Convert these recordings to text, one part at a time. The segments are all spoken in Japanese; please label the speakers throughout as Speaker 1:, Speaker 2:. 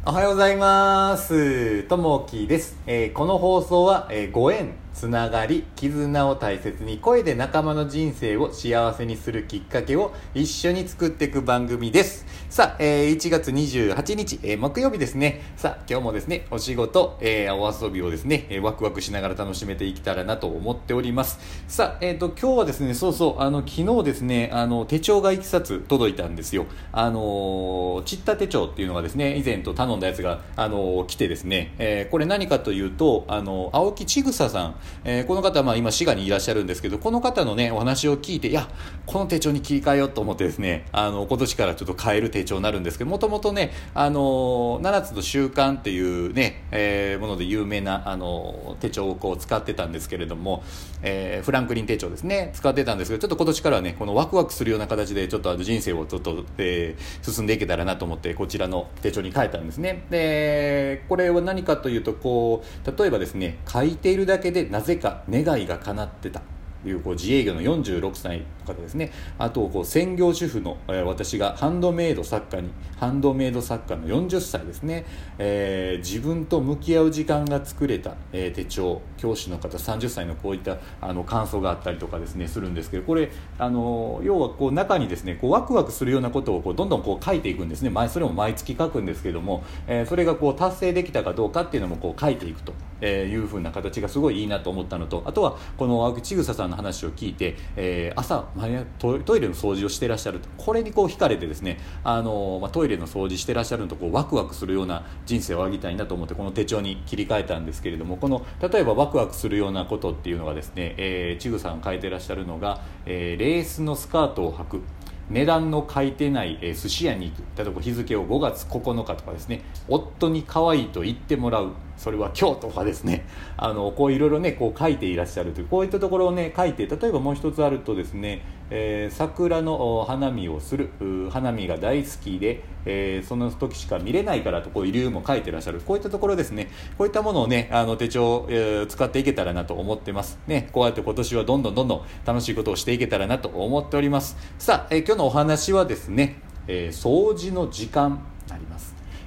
Speaker 1: おはようございます。ともきです。この放送は、ご縁、つながり、絆を大切に声で仲間の人生を幸せにするきっかけを一緒に作っていく番組です。さあ、1月28日、木曜日ですね。さあ、今日もですね、お仕事、お遊びをですね、ワクワクしながら楽しめていけたらなと思っております。さあ、今日はですね、昨日ですね、手帳が一冊届いたんですよ。ちった手帳っていうのがですね、以前と頼んだやつが、来てですね、これ何かというと、青木千草さん、この方は今滋賀にいらっしゃるんですけど、この方のねお話を聞いて、いやこの手帳に切り替えようと思ってですね、今年からちょっと変える手帳になるんですけど、もともとね7つの習慣っていうね、もので有名な手帳をこう使ってたんですけれども、フランクリン手帳ですね使ってたんですけど、ちょっと今年からはねこのワクワクするような形でちょっと人生をちょっと、進んでいけたらなと思ってこちらの手帳に変えたんですね。でこれは何かというと、こう例えばですね、書いているだけでなぜか願いが叶ってたという、自営業の46歳の方ですね。あと専業主婦の、私がハンドメイド作家の40歳ですね。自分と向き合う時間が作れた、手帳、教師の方30歳のこういった感想があったりとかですねするんですけど、これ要はこう中にですねワクワクするようなことをどんどん書いていくんですね。それも毎月書くんですけども、それが達成できたかどうかっていうのも書いていくという風な形がすごいいいなと思ったのと、あとはこの青木千草さんの話を聞いて、朝トイレの掃除をしていらっしゃると、これに惹かれてですね、トイレの掃除していらっしゃるのとワクワクするような人生をあげたいなと思ってこの手帳に切り替えたんですけれども、この例えばワクワクするようなことっていうのがですね、千草さん書いていらっしゃるのが、レースのスカートを履く、値段の書いてない、寿司屋に行く、例えば日付を5月9日とかですね、夫に可愛いと言ってもらう、それは今日とかですね、こういろいろね書いていらっしゃるという、こういったところをね書いて、例えばもう一つあるとですね、桜の花見をする、花見が大好きで、その時しか見れないからと理由も書いていらっしゃる、こういったところですね、こういったものをね手帳、使っていけたらなと思ってますね。こうやって今年はどんどん楽しいことをしていけたらなと思っております。さあ、今日のお話はですね、掃除の時間になります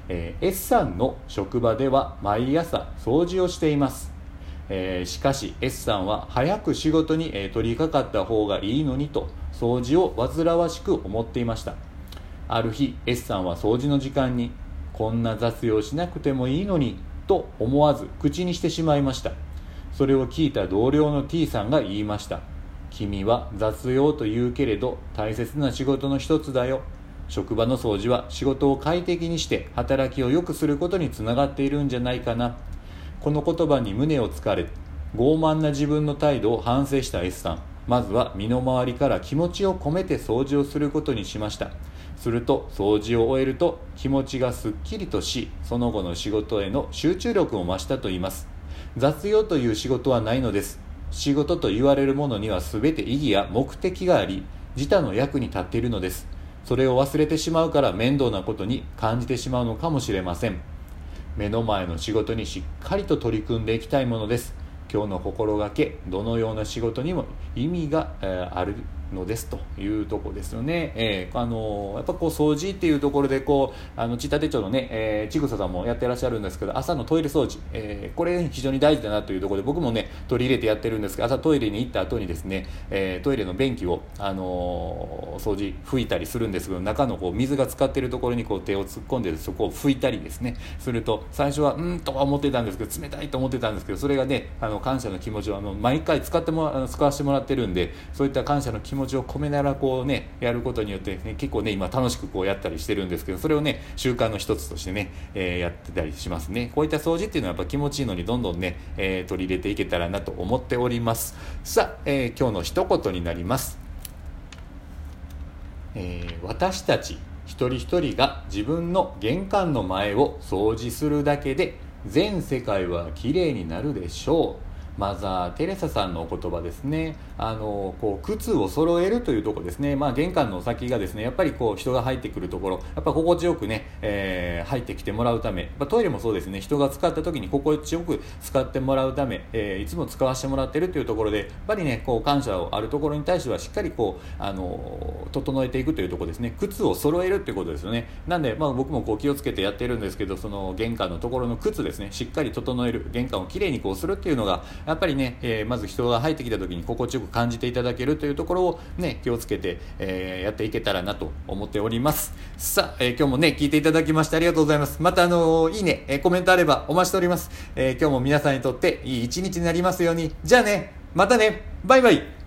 Speaker 1: 。S さんの職場では毎朝掃除をしています。しかし S さんは早く仕事に、取り掛かった方がいいのにと掃除を煩わしく思っていました。ある日 S さんは掃除の時間に、こんな雑用しなくてもいいのにと思わず口にしてしまいました。それを聞いた同僚の T さんが言いました。君は雑用と言うけれど大切な仕事の一つだよ。職場の掃除は仕事を快適にして働きを良くすることにつながっているんじゃないかな。この言葉に胸をつかれ、傲慢な自分の態度を反省した S さん、まずは身の回りから気持ちを込めて掃除をすることにしました。すると掃除を終えると気持ちがすっきりとし、その後の仕事への集中力を増したといいます。雑用という仕事はないのです。仕事と言われるものには全て意義や目的があり、自他の役に立っているのです。それを忘れてしまうから面倒なことに感じてしまうのかもしれません。目の前の仕事にしっかりと取り組んでいきたいものです。今日の心がけ、どのような仕事にも意味が、あるのですというところですよね。やっぱ掃除っていうところでちった手帳のね、ちぐささんもやってらっしゃるんですけど、朝のトイレ掃除、これ非常に大事だなというところで僕もね取り入れてやってるんですけど、朝トイレに行った後にですね、トイレの便器を、掃除拭いたりするんですけど、中の水が浸かっているところに手を突っ込んでそこを拭いたりですねすると、最初はとは思ってたんですけど、冷たいと思ってたんですけど、それがね感謝の気持ちを毎回使わせてもらってるんで、そういった感謝の気持ちを込めながらやることによって、ね、結構ね今楽しくやったりしてるんですけど、それをね習慣の一つとしてね、やってたりしますね。こういった掃除っていうのはやっぱ気持ちいいのにどんどんね、取り入れていけたらなと思っております。さあ、今日の一言になります。私たち一人一人が自分の玄関の前を掃除するだけで全世界はきれいになるでしょう。 マザー・テレサさんのお言葉ですね。こう靴を揃えるというところですね。玄関の先がですね、やっぱりこう人が入ってくるところ、やっぱ心地よくね、入ってきてもらうため、トイレもそうですね、人が使った時に心地よく使ってもらうため、いつも使わせてもらってるというところで、やっぱりね、こう感謝をあるところに対してはしっかりこう整えていくというところですね。靴を揃えるということですよね。なんで、僕もこう気をつけてやってるんですけど、その玄関のところの靴ですね、しっかり整える、玄関をきれいにこうするっていうのがやっぱりね、まず人が入ってきた時に心地よく感じていただけるというところをね、気をつけて、やっていけたらなと思っております。さあ、今日もね聞いていただきましてありがとうございます。またいいね、コメントあればお待ちしております。今日も皆さんにとっていい一日になりますように。じゃあね、またね、バイバイ。